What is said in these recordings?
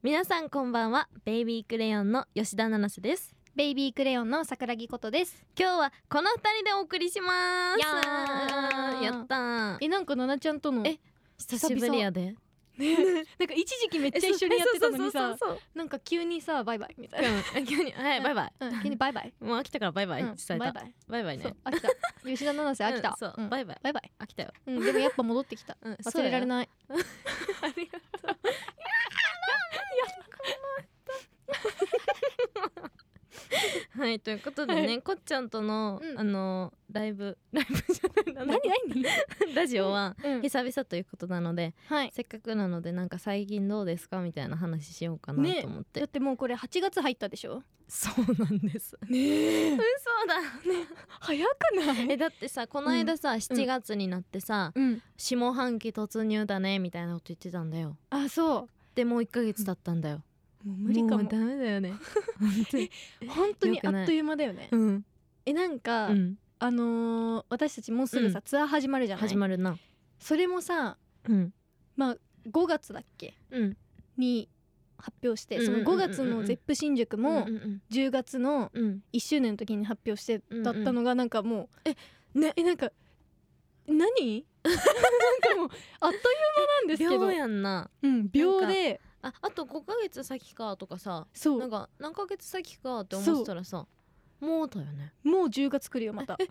皆さんこんばんは。ベイビークレヨンの吉田七瀬です。 ベイビークレヨンの桜木琴です。 今日はこの2人でお送りします。 やーやったー。 なんかななちゃんとの久しぶりやで。 なんか一時期めっちゃ一緒にやってたのにさ、 そうなんか急にさバイバイみたいな、 急にはいバイバイ、 急にバイバイ、 もう飽きたからバイバイって伝えた。 バイバイバイバイね。 そう飽きた吉田七瀬飽きた、 そうバイバイバイバイ、 飽きたよ。 でもやっぱ戻ってきた、忘れられない。 ありがとう。はい、ということでね、こっちゃんとのライブじゃない、ラジオは久々ということなので、せっかくなのでなんか最近どうですかみたいな話しようかなと思って。 だってもうこれ8月入ったでしょ。 そうなんですね。 嘘だね。 早くない？ だってさ、この間さ7月になってさ、下半期突入だねみたいなこと言ってたんだよ。 あ、そうでもう1ヶ月経ったんだよ。 もう無理かも。 ダメだよね。 本当にあっという間だよね。なんか私たちもうすぐさツアー始まるじゃない。 始まるな。 それもさ、まあ5月だっけに発表して、その5月のゼップ新宿も10月の1周年の時に発表してだったのが、なんかもうなんか何なんかもうあっという間なんですけど。 秒やんな。 秒で、 あと5ヶ月先かとかさ、 そうなんか何ヶ月先かって思ってたらさ、もうだよね。 もう10月来るよまた。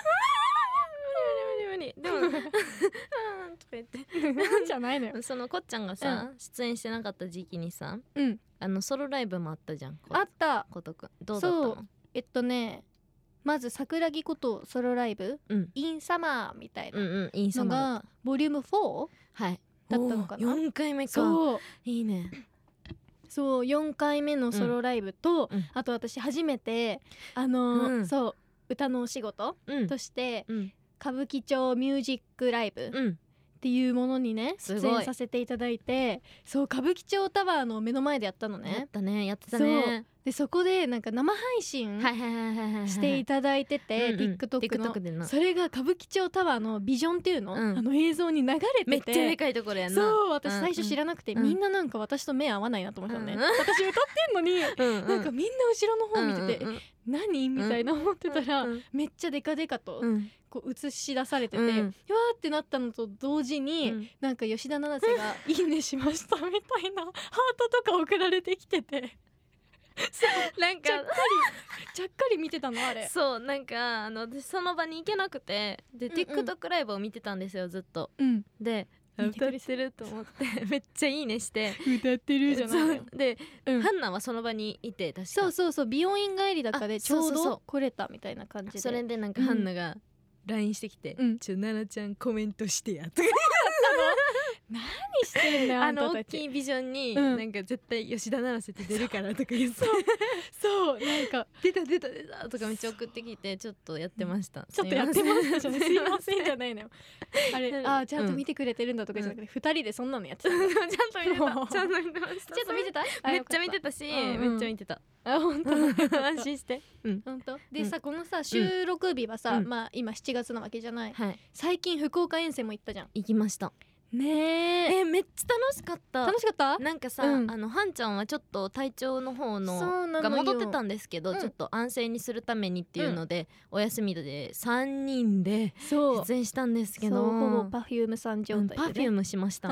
無理でもとか言ってじゃないのよ。 そのこっちゃんがさ、出演してなかった時期にさ、ソロライブもあったじゃん。 あった。 ことくんどうだったの？ まず桜木ことソロライブ、インサマーみたいなのがボリューム4だったのかな。 4回目か。 そういいね。 そう4回目のソロライブと、あと私初めてそう歌のお仕事として歌舞伎町ミュージックライブっていうものにね出演させていただいて、そう歌舞伎町タワーの目の前でやったのね。 やってたね。 でそこでなんか生配信していただいてて、TikTok のそれが歌舞伎町タワーのビジョンっていうの、映像に流れてて、 めっちゃでかいところやな。 そう私最初知らなくて、みんななんか私と目合わないなと思ったのね。私歌ってんのになんかみんな後ろの方見てて、何みたいな思ってたら、めっちゃデカデカとこう映し出されてて、うわーってなったのと同時に、なんか吉田七瀬が「いいねしました」みたいなハートとか送られてきてて。なんかちゃっかり見てたのあれ。 そうなんか私その場に行けなくて、で TikTok ライブを見てたんですよずっと。で歌ってると思ってめっちゃいいねして歌ってるじゃないの。 でハンナはその場にいて、確かそう美容院帰りだかでちょうど来れたみたいな感じで、 それでなんかハンナが LINE してきて「ちょナナちゃんコメントしてや」とか何してんだよあんたたち。 大きいビジョンになんか絶対吉田七瀬って出るからとか言って、 そうなんか出たとかめっちゃ送ってきて、ちょっとやってました。 ちょっとやってましたじゃん。すいませんじゃないのよ。あれちゃんと見てくれてるんだとかじゃなくて、2人でそんなのやってた。ちゃんと見てた。ちょっと見てた。 めっちゃ見てたし、めっちゃ見てた。 本当。 安心して。 本当。でさ、このさ収録日はさ、まあ今7月なわけじゃない。最近福岡遠征も行ったじゃん。 行きましたね。めっちゃ楽しかった。 楽しかった。 なんかさ、はんちゃんはちょっと体調の方のが戻ってたんですけど、ちょっと安静にするためにっていうので、お休みで3人で出演したんですけど、 ほぼPerfumeさん状態でね。 Perfumeしました。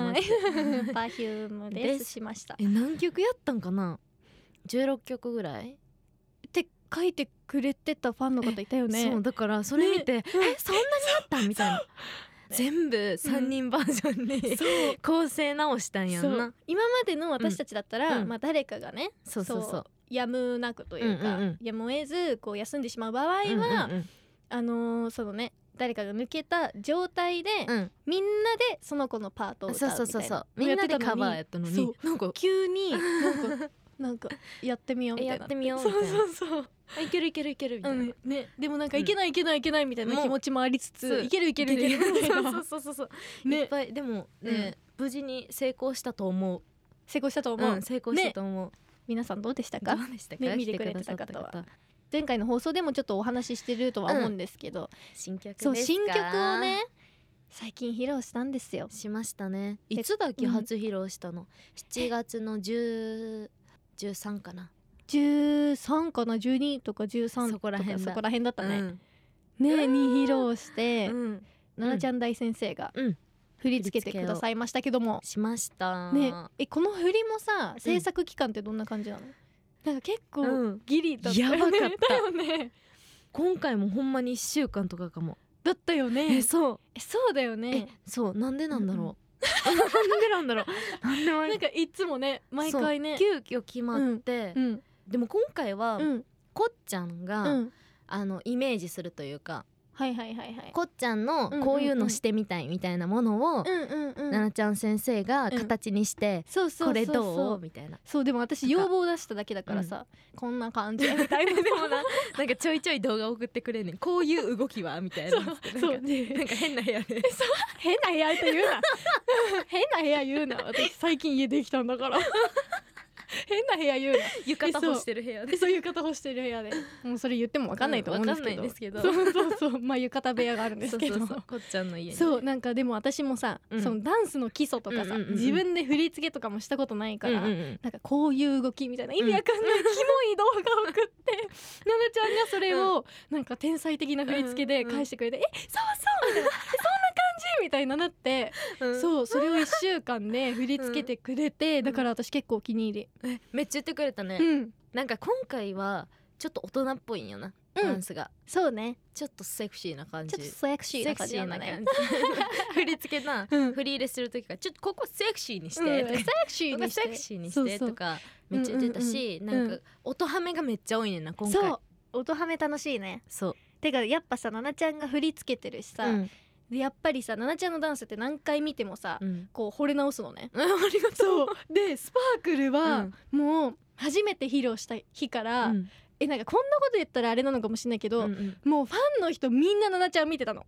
Perfumeですしました。 何曲やったんかな。16曲ぐらいって書いてくれてたファンの方いたよね。 そうだからそれ見て、そんなにあったみたいな。全部3人バージョンに構成直したんやんな。 今までの私たちだったら、誰かがね、やむなくというか、やむを得ずこう休んでしまう場合は、そのね誰かが抜けた状態で、みんなでその子のパートを歌うみたいな、 みんなでカバーやったのに、 なんか急になんかやってみようみたいな。やってみようみたいな。そういけるみたいなね。でもなんかいけないみたいな気持ちもありつつ、いけるみたいな。 そういっぱい。でもね、無事に成功したと思う。 成功したと思う。皆さんどうでしたか？見てくれてた方は。前回の放送でもちょっとお話ししてるとは思うんですけど、 新曲をね最近披露したんですよ。 しましたね。いつだっけ、初披露したの。7月の13かな、 13かな、12とか13とかそこら辺だったね、ねに披露して、奈々ちゃん大先生が振り付けてくださいましたけども。 しましたね。この振りもさ、制作期間ってどんな感じなの？なんか結構ギリだったよね。 やばかっただよね。 今回もほんまに1週間とかかも。 だったよね。 そうだよね。 そう、なんでなんだろうなんでなんだろうなんかいつもね、毎回ね急遽決まって、でも今回はこっちゃんがイメージするというか、こっちゃんのこういうのしてみたいみたいなものを奈々ちゃん先生が形にしてこれどうみたいな。 そう、でも私要望を出しただけだからさ、こんな感じみたいな。でもなんかちょいちょい動画送ってくれんねん。こういう動きはみたいな。なんか変な部屋で変な部屋って言うな変な部屋言うな。私最近家できたんだから変な部屋言うな。 浴衣干してる部屋で。 そう、浴衣干してる部屋で。もうそれ言っても分かんないと思うんですけど。そうまあ浴衣部屋があるんですけど。 こっちゃんの家に。 そう、なんかでも私もさ、そのダンスの基礎とかさ、自分で振り付けとかもしたことないから、なんかこういう動きみたいな意味わかんないキモい動画を送って奈々ちゃんがそれをなんか天才的な振り付けで返してくれて、そうみたいな、そんな感じみたいななって、そう、それを1週間で振り付けてくれて、だから私結構お気に入り。 めっちゃ言ってくれたね。なんか今回はちょっと大人っぽいんよな、ダンスが。 そうね、 ちょっとセクシーな感じ。 ちょっとセクシーな感じだね。 振り付けな振り入れする時からちょっとここセクシーにしてとか、 セクシーにしてとかめっちゃ言ってたし、なんか音ハメがめっちゃ多いねんな今回。 そう、音ハメ楽しいね。 そうてかやっぱさ、奈々ちゃんが振り付けてるしさ、でやっぱりさ、奈々ちゃんのダンスって何回見てもさ、こう惚れ直すのね。 ありがとう。 でスパークルはもう初めて披露した日から、なんかこんなこと言ったらあれなのかもしれないけど、もうファンの人みんな奈々ちゃん見てたの。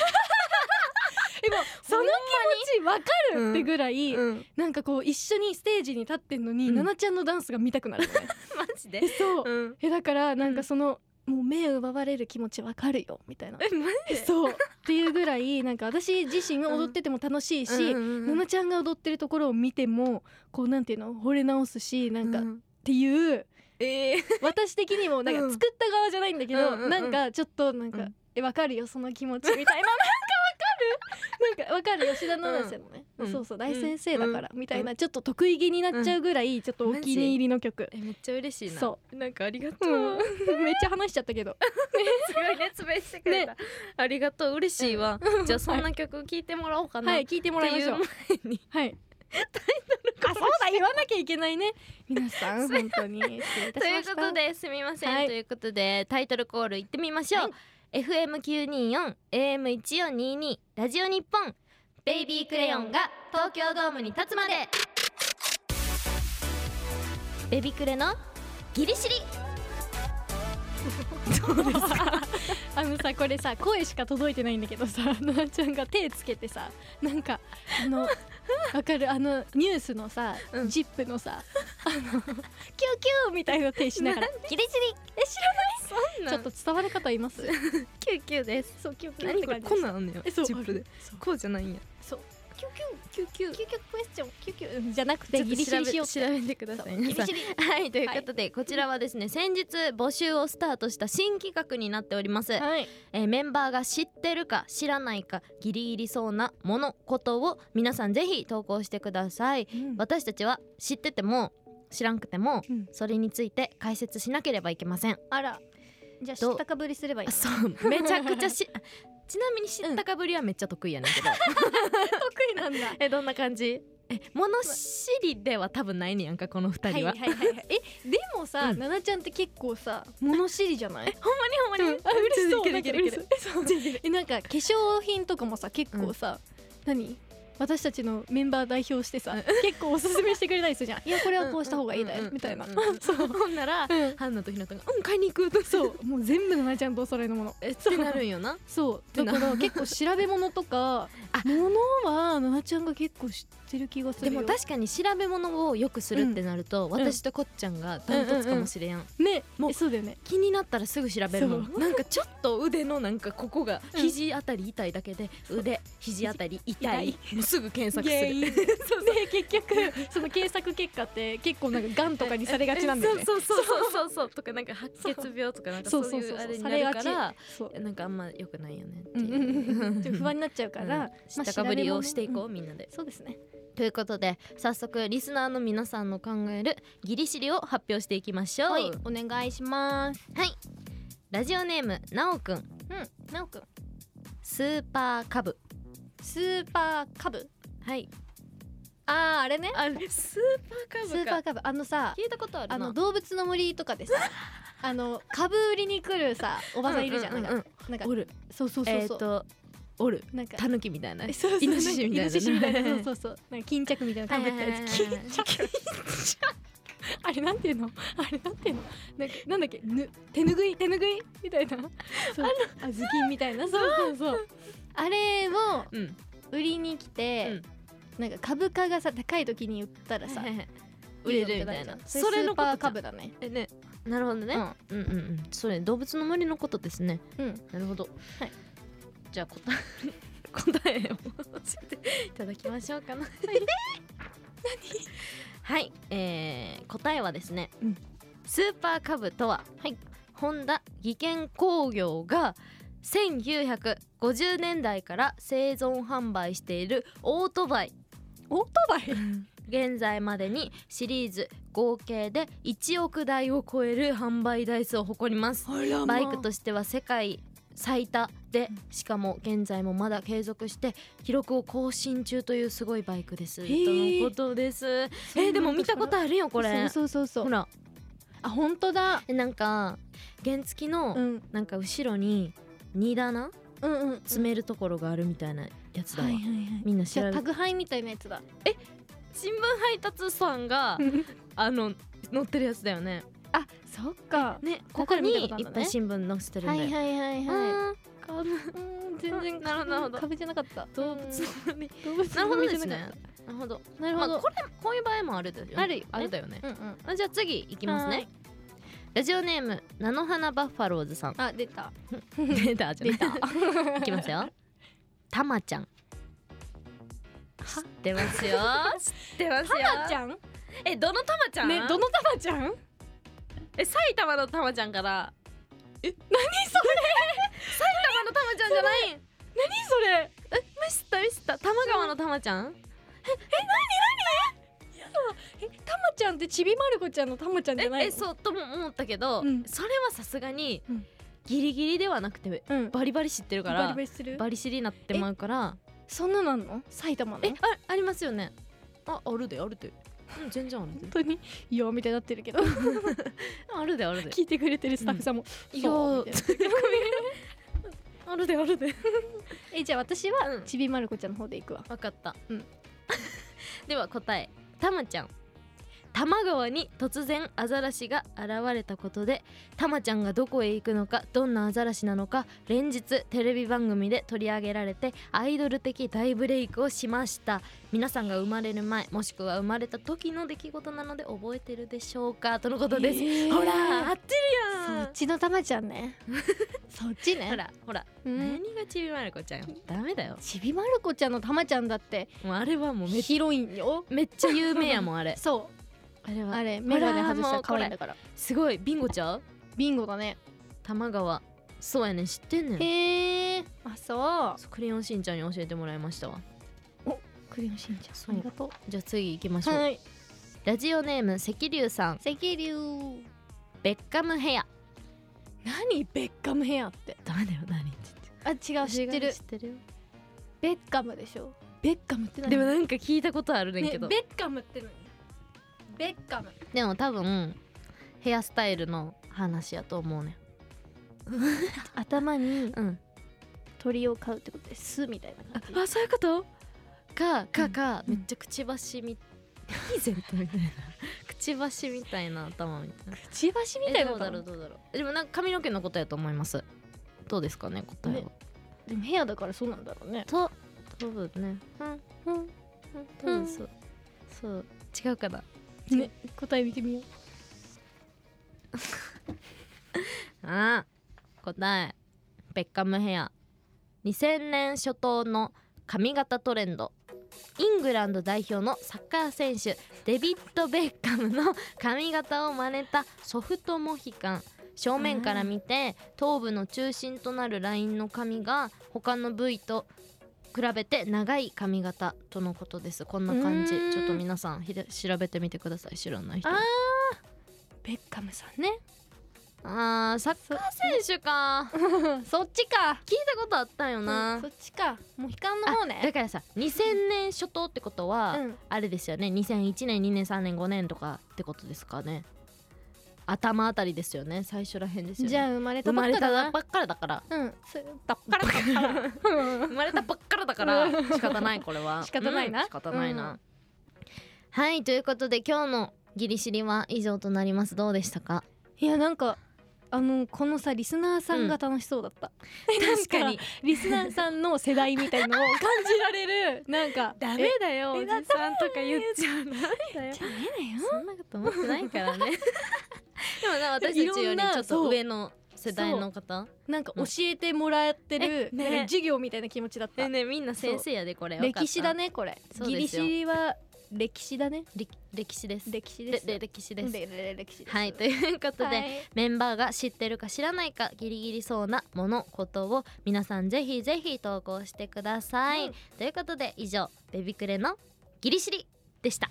その気持ちわかるってぐらい、なんかこう一緒にステージに立ってんのに、奈々ちゃんのダンスが見たくなるのね。 マジで？ そう、だからなんかその、もう目を奪われる気持ちわかるよみたいな。 マジで？ そうっていうぐらい、なんか私自身踊ってても楽しいし、奈々ちゃんが踊ってるところを見てもこうなんていうの、惚れ直すし、なんかっていう、私的にもなんか作った側じゃないんだけど、なんかちょっとなんかわかるよその気持ちみたいな。なんかわかる吉田奈々先生のね、そうそう大先生だからみたいな、ちょっと得意気になっちゃうぐらいちょっとお気に入りの曲。 めっちゃ嬉しいな。 そうなんかありがとう。 めっちゃ話しちゃったけどすごい熱弁してくれた。ありがとう、嬉しいわ。じゃあそんな曲聴いてもらおうかな。 はい、聴いてもらいましょう。はい。そうだ、言わなきゃいけないね皆さん、本当に失礼いたしました。 ということですみません、ということでタイトルコールいってみましょう。FM924 AM1422 ラジオ日本、ベイビークレヨンが東京ドームに立つまで。ベビクレのギリシリ。どうですか？ さ、これさ声しか届いてないんだけどさ、奈々ちゃんが手つけてさ、なんかわかる、ニュースのさ、ジップのさ、キューキューみたいな手しながらギリシリ。知らない？ そんなちょっと伝わる方います？ キューキューです。 そう、キューキュー。 何これ、こんなんあんのよ。 そう、 ジップでこうじゃないんや。 そう、キューキューキューキュークエスチョン、キューキューじゃなくてギリシリしよう。 調べてください。ギリシリ。はい、ということでこちらはですね、先日募集をスタートした新企画になっております。メンバーが知ってるか知らないかギリギリそうなものことを皆さんぜひ投稿してください。私たちは知ってても知らんくてもそれについて解説しなければいけません。 あら、じゃあ知ったかぶりすればいいの？ そう、めちゃくちゃちなみに知ったかぶりはめっちゃ得意やねんけど。 得意なんだ。 どんな感じ？物知りでは多分ないねやんか、この2人は。 でもさ、奈々ちゃんって結構さ物知りじゃない？ ほんまに嬉しそう。 いける。 なんか化粧品とかもさ結構さ、何私たちのメンバー代表してさ結構おすすめしてくれたりするじゃん。いやこれはこうした方がいいだよみたいな。 ほんならハンナとひなたが買いに行くと、 そうもう全部奈々ちゃんとお揃いのものってなるんよな。 そうだから結構調べ物とか物は奈々ちゃんが結構知ってしてる気がするよ。 でも確かに調べ物をよくするってなると、私とこっちゃんがダントツかもしれん。 ね、 もうそうだよね。 気になったらすぐ調べるもん。なんかちょっと腕のなんかここが肘あたり痛いだけで、腕肘あたり痛いもうすぐ検索する。 そうね、結局その検索結果って結構なんかがんとかにされがちなんだよね。 そうとかなんか白血病とかなんかそういうあれになるから、なんかあんま良くないよねっていう。 不安になっちゃうから、 知ったかぶりをしていこうみんなで。 そうですね。 ということで早速リスナーの皆さんの考えるギリシリを発表していきましょう。 はい、お願いします。 はい、ラジオネームなおくん。 なおくん。 スーパーカブ。 スーパーカブ。 はい。 あれね。 あれスーパーカブか。 スーパーカブ、さ、 聞いたことあるな。 動物の森とかでさ株売りに来るさおばさんいるじゃん。なんかおる。 そうおる。 なんかタヌキみたいな。イノシシみたいな。 そうなんか巾着みたいなのかぶったやつ。巾着。あれなんていうの？なんだっけ？手ぬぐいみたいな。あずきんみたいな。そう。あれを売りに来て、なんか株価がさ高い時に売ったらさ売れるみたいな。 それのスーパー株だね。 なるほどね。それ動物の森のことですね。なるほど。はい。じゃあ答えを教えていただきましょうかな。はい、答えはですね、スーパーカブとは、ホンダ技研工業が1950年代から製造販売しているオートバイ。現在までにシリーズ合計で1億台を超える販売台数を誇ります。バイクとしては世界最多で、しかも現在もまだ継続して記録を更新中というすごいバイクですとのことです。でも見たことあるよこれ。 そうほら、本当だ。 なんか原付のなんか後ろに荷棚詰めるところがあるみたいなやつだわ。みんな知らない。 タグハイみたいなやつだ。 新聞配達さんが乗ってるやつだよね。 そっかね、ここにいっぱい新聞載せてるんだよ。 全然なるほど。株じゃなかった。 動物の森。なるほどですね。なるほど。こういう場合もあるだよね。あるだよね。じゃあ次いきますね。ラジオネーム菜の花バッファローズさん。 出たじゃない。いきますよ。たまちゃん。知ってますよ。 たまちゃん？ どのたまちゃん？ どのたまちゃん？ 埼玉のたまちゃんから。 何それ？ 埼玉のたまちゃんじゃない。 何それ？ ミスった玉川のたまちゃん？ 何？たまちゃんってちびまる子ちゃんのたまちゃんじゃないの？ そうとも思ったけど、それはさすがにギリギリではなくてバリバリ知ってるからバリ知りになってまうから。 そんななんの？埼玉の？ ありますよね。あるで。全然あるで。 本当にいやみたいになってるけど。 あるで。 聞いてくれてるスタッフさんもいやあるで。 じゃあ私はちびまる子ちゃんの方でいくわ。 分かった。では答え、たまちゃん。多摩川に突然アザラシが現れたことで、たまちゃんがどこへ行くのか、どんなアザラシなのか、連日テレビ番組で取り上げられてアイドル的大ブレイクをしました。皆さんが生まれる前、もしくは生まれた時の出来事なので覚えてるでしょうか、とのことです。ほら合ってるやん。 そっちのたまちゃんね。そっちね。 ほら、何がちびまる子ちゃんよ。ダメだよ。 ちびまる子ちゃんのたまちゃんだって、 もうあれはもうヒロインよ。 めっちゃ有名やもんあれ。 そうあれメガネ外したら可愛いんだから。 すごいビンゴちゃう？ ビンゴだね。 玉川。そうやねん、知ってんねん。 へえ。そう。 クレヨンしんちゃんに教えてもらいましたわ。 クレヨンしんちゃん、ありがとう。 じゃあ次行きましょう。ラジオネーム赤龍さん。 赤龍。 ベッカムヘア。 何ベッカムヘアって？ ダメだよ、何って言って。違う、知ってるよ。ベッカムでしょ。ベッカムって何？ でもなんか聞いたことあるねんけど。 ベッカムって何？ベッカム。 でも多分ヘアスタイルの話やと思うね。 頭に鳥を飼うってことです。みたいな感じ。 そういうことか、めっちゃくちばしみリーゼントみたいなくちばしみたいな頭みたいな。 くちばしみたいな。 どうだろう。でもなんか髪の毛のことやと思います。どうですかね、答えは。 でもヘアだからそうなんだろうね。 多分ね。 そう違うかなね、答え見てみよう答えベッカムヘア。2000年初頭の髪型トレンド。イングランド代表のサッカー選手デビッド・ベッカムの髪型を真似たソフトモヒカン。正面から見て頭部の中心となるラインの髪が他の部位と比べて長い髪型とのことです。こんな感じ。ちょっと皆さん調べてみてください。知らない人。 ベッカムさんね。 サッカー選手かそっちか。 聞いたことあったよな。 そっちか。もう悲観の方ね。 だからさ2000年初頭ってことは、あれですよね。2001年2年3年5年とかってことですかね。頭あたりですよね。最初らへんですよね。 じゃあ生まれたばっからだから生まれたばっからだから仕方ない。これは仕方ないな、 仕方ないな、はい、ということで今日のギリシリは以上となります。どうでしたか？ いやなんかこのさリスナーさんが楽しそうだった、 確かにリスナーさんの世代みたいのを感じられるなんかダメだよおじさんとか言っちゃう。ダメだよそんなこと思ってないからねでも私たちよりちょっと上の世代の方なんか教えてもらってる、授業みたいな気持ちだった。 みんな先生やで。これ歴史だね。これギリシリは歴史だね。 歴史です。 歴史です。 歴史です。 はい、 ということで、メンバーが知ってるか知らないかギリギリそうなものことを皆さんぜひぜひ投稿してください、ということで以上ベビクレのギリシリでした。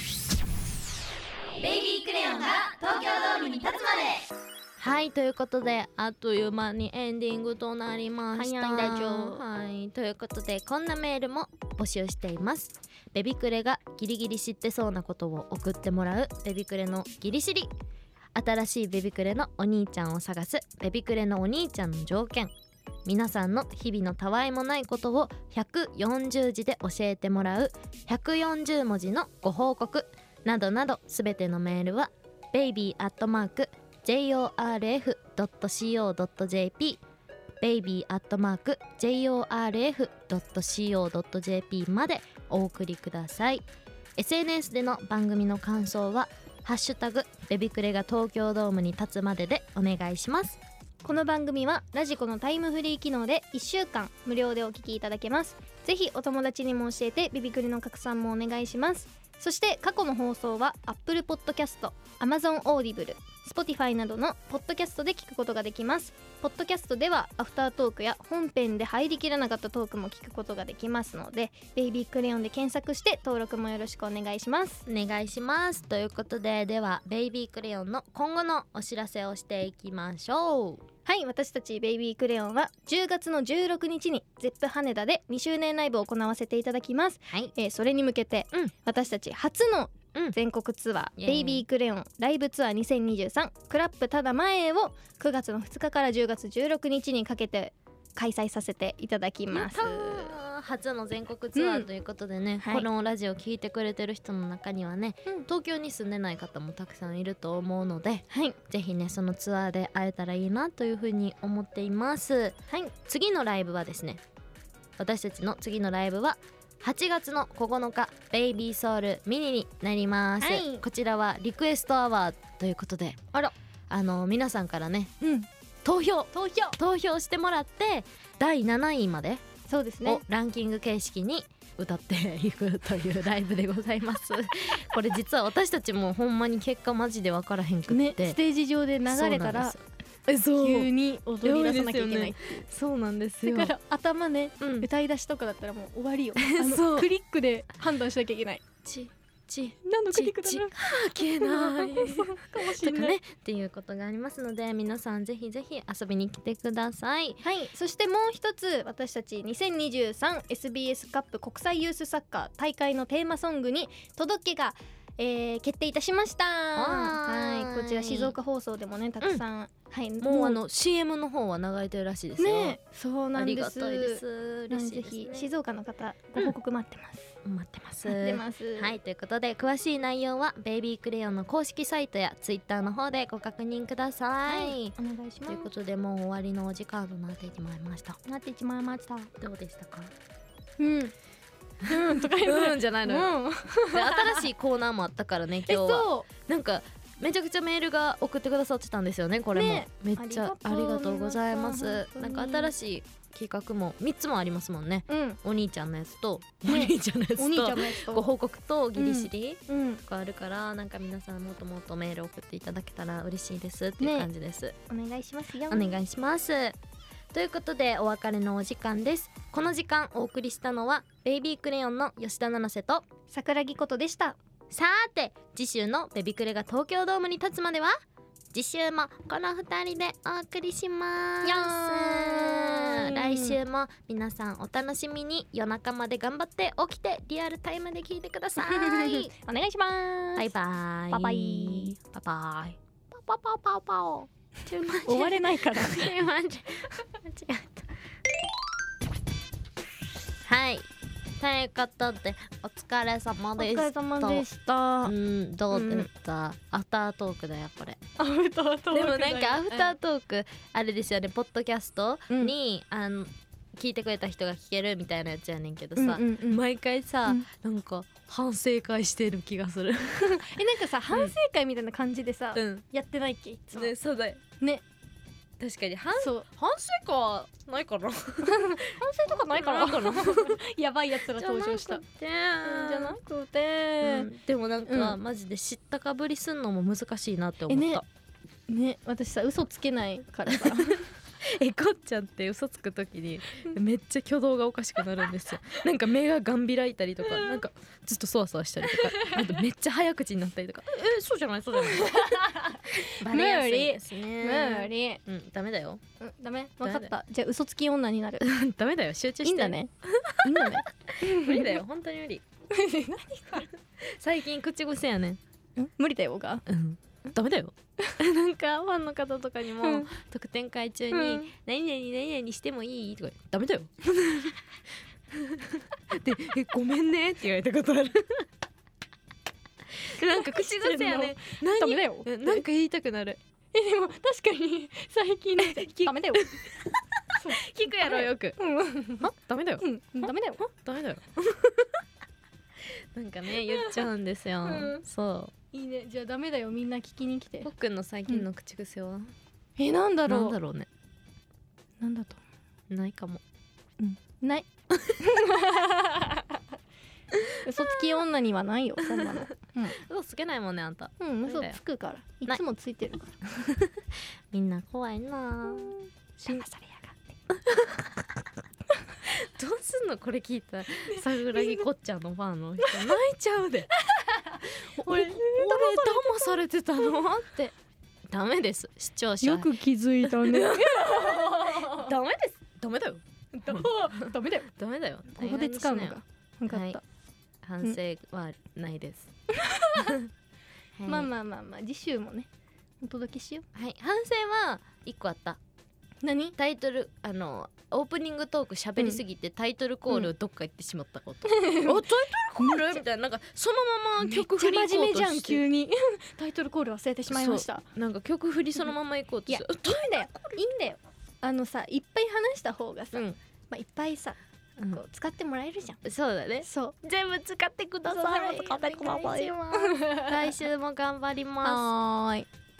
ベイビークレヨンが東京ドームに立つまで。 はい、ということであっという間にエンディングとなりました。はい、ということでこんなメールも募集しています。ベビクレがギリギリ知ってそうなことを送ってもらうベビクレのギリシリ。新しいベビクレのお兄ちゃんを探すベビクレのお兄ちゃんの条件。皆さんの日々のたわいもないことを140字で教えてもらう140文字のご報告などなど、すべてのメールは baby@jorf.co.jp baby@jorf.co.jp までお送りください。 SNS での番組の感想はハッシュタグベビクレが東京ドームに立つまででお願いします。 この番組はラジコのタイムフリー機能で1週間無料でお聞きいただけます。ぜひお友達にも教えてベビクレの拡散もお願いします。そして過去の放送は Apple Podcast、Amazon Audible、Spotify などのポッドキャストで聞くことができます。ポッドキャストではアフタートークや本編で入りきらなかったトークも聞くことができますので、ベイビークレヨンで検索して登録もよろしくお願いします。 お願いします。ということで、ではベイビークレヨンの今後のお知らせをしていきましょう。 はい、私たちベイビークレヨンは10月の16日にゼップ羽田で2周年ライブを行わせていただきます。はい、それに向けて、私たち初の全国ツアー、ベイビークレヨンライブツアー2023クラップただ前を9月の2日から10月16日にかけて開催させていただきます。 初の全国ツアーということでね、このラジオ聞いてくれてる人の中にはね、東京に住んでない方もたくさんいると思うので、ぜひねそのツアーで会えたらいいなというふうに思っています。次のライブはですね、私たちの次のライブは8月の9日ベイビーソウルミニになります。こちらはリクエストアワーということで、皆さんからね、投票してもらって第7位までそうですね、 ランキング形式に歌っていくというライブでございますこれ実は私たちもほんまに結果マジで分からへんくって、 ステージ上で流れたら急に踊り出さなきゃいけないっていう。 そうなんですよ。 だから頭ね、歌い出しとかだったらもう終わりよクリックで判断しなきゃいけない。何のクリックだろう、 消えないとかねっていうことがありますので、皆さんぜひぜひ遊びに来てください。 はい、そしてもう一つ、私たち 2023SBS カップ国際ユースサッカー大会のテーマソングに届けが決定いたしました。はい、こちら静岡放送でもねたくさん、 もうCM の方は流れてるらしいですよね。 そうなんです。 ありがたいです。嬉しいですね。 ぜひ静岡の方ご報告待ってます。 待ってます。はい、ということで詳しい内容はベイビークレヨンの公式サイトやツイッターの方でご確認ください。 お願いします。 ということでもう終わりのお時間となってしまいました。 どうでしたか？ とか言ってじゃないのよ、新しいコーナーもあったからね今日は。なんかめちゃくちゃメールが送ってくださってたんですよね。これも、ね、めっちゃありがとうございます。なんか新しい企画も3つもありますもんね、お兄ちゃんのやつと、お兄ちゃんのやつとご報告とギリシリとかあるから、なんか皆さんもっともっとメール送っていただけたら嬉しいですっていう感じです、 お願いしますよ。 お願いします。ということでお別れのお時間です。この時間お送りしたのはベイビークレヨンの吉田七瀬と桜木ことでした。 さーて次週のベビクレが東京ドームに立つまでは次週もこの2人でお送りします。来週も皆さんお楽しみに。夜中まで頑張って起きてリアルタイムで聞いてくださいお願いします。 バイバイバイバイバイバイパパパパパオ終われないから間違った。はいということでお疲れ様でした。 お疲れ様でした。 どうだった、アフタートークだよこれ。 アフタートークでもなんかアフタートーク、あれですよね、ポッドキャストに、聞いてくれた人が聞けるみたいなやつやねんけどさ、毎回さ、なんか反省会してる気がするなんかさ反省会みたいな感じでさ、やってないっけいつもね。そうだよね。確かに反省会はないかな反省とかないかなやばいやつが登場したじゃなくて、 でもなんか、マジで知ったかぶりすんのも難しいなって思ったね。私さ嘘つけないからさこっちゃんって嘘つくときにめっちゃ挙動がおかしくなるんですよなんか目がガン開いたりとか、なんかずっとそわそわしたりとか、あとめっちゃ早口になったりとかそうじゃないそうじゃないバレやすいですね。 無理、 ダメだよ、 ダメ、分かった。じゃあ嘘つき女になるダメだよ、集中して。 いいんだねいいんだね無理だよ、本当に無理最近口癖やねん。 無理だよがダメだよなんかファンの方とかにも、特典会中に何々何々してもいいとかダメだよでごめんねって言われたことあるなんか口癖やね。 ダメだよなんか言いたくなる。 でも確かに最近ダメだよ聞くやろよく。ダメだよダメだよダメだよなんかね言っちゃうんですよ。そういいね。じゃあダメだよみんな聞きに来て。 僕の最近の口癖はなんだろう。 なんだろうね。 なんだとないかも。 ない嘘つき女にはないよそんなの。 嘘つけないもんねあんた。 嘘つくからいつもついてるからみんな怖いな。 騙されやがってどうすんのこれ聞いた桜木こっちゃんのファンの人泣いちゃうで俺騙されてたのってダメです。視聴者よく気づいたねダメです。ダメだよダメだよダメだよ。 ここで使うのか。分かった。 反省はないですまあまあまあまあ次週もねお届けしよう。はい、反省は1個あった。 何？ タイトルオープニングトーク喋りすぎてタイトルコールどっか行ってしまったこと、タイトルコールみたいな、なんかそのまま曲振り行こうとしてめっちゃ真面目じゃん急にタイトルコール忘れてしまいました。 なんか曲振りそのまま行こうとして、 いいんだよいいんだよ。さいっぱい話した方がさ、いっぱいさこう使ってもらえるじゃん。 そうだね。 そう全部使ってください。 使ってください。 来週も頑張ります。 はーい。